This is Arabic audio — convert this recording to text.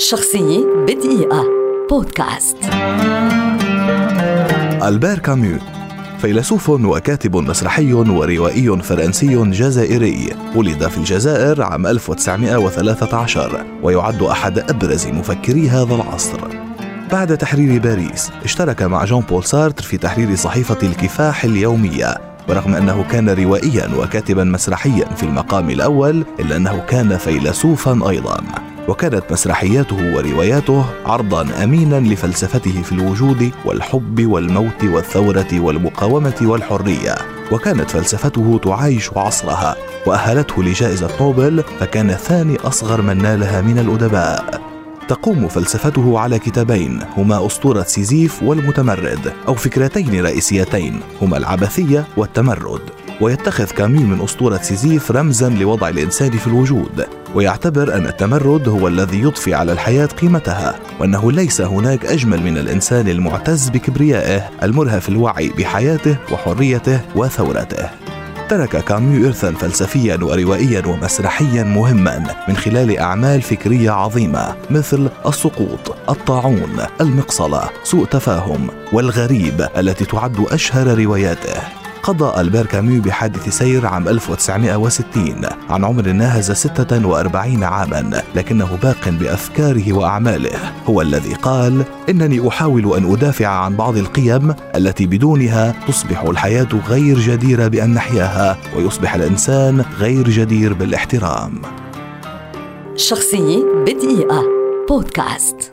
شخصية بدقيقة بودكاست. ألبير كاميو فيلسوف وكاتب مسرحي وروائي فرنسي جزائري، ولد في الجزائر عام 1913 ويعد أحد أبرز مفكري هذا العصر. بعد تحرير باريس اشترك مع جان بول سارتر في تحرير صحيفة الكفاح اليومية، ورغم أنه كان روائيا وكاتبا مسرحيا في المقام الأول إلا أنه كان فيلسوفا أيضا، وكانت مسرحياته ورواياته عرضا أمينا لفلسفته في الوجود والحب والموت والثورة والمقاومة والحرية، وكانت فلسفته تعايش عصرها وأهلته لجائزة نوبل، فكان ثاني أصغر من نالها من الأدباء. تقوم فلسفته على كتابين هما أسطورة سيزيف والمتمرد، أو فكرتين رئيسيتين هما العبثية والتمرد. ويتخذ كاميو من أسطورة سيزيف رمزا لوضع الإنسان في الوجود، ويعتبر أن التمرد هو الذي يضفي على الحياة قيمتها، وأنه ليس هناك أجمل من الإنسان المعتز بكبريائه المرهف الوعي بحياته وحريته وثورته. ترك كاميو إرثا فلسفيا وروائيا ومسرحيا مهما من خلال أعمال فكرية عظيمة مثل السقوط، الطاعون، المقصلة، سوء تفاهم والغريب التي تعد أشهر رواياته. قضى ألبير كاميو بحادث سير عام 1960 عن عمر ناهز 46 عاما، لكنه باق بأفكاره وأعماله. هو الذي قال: إنني أحاول أن أدافع عن بعض القيم التي بدونها تصبح الحياة غير جديرة بأن نحياها، ويصبح الإنسان غير جدير بالاحترام. شخصية بدقيقة بودكاست.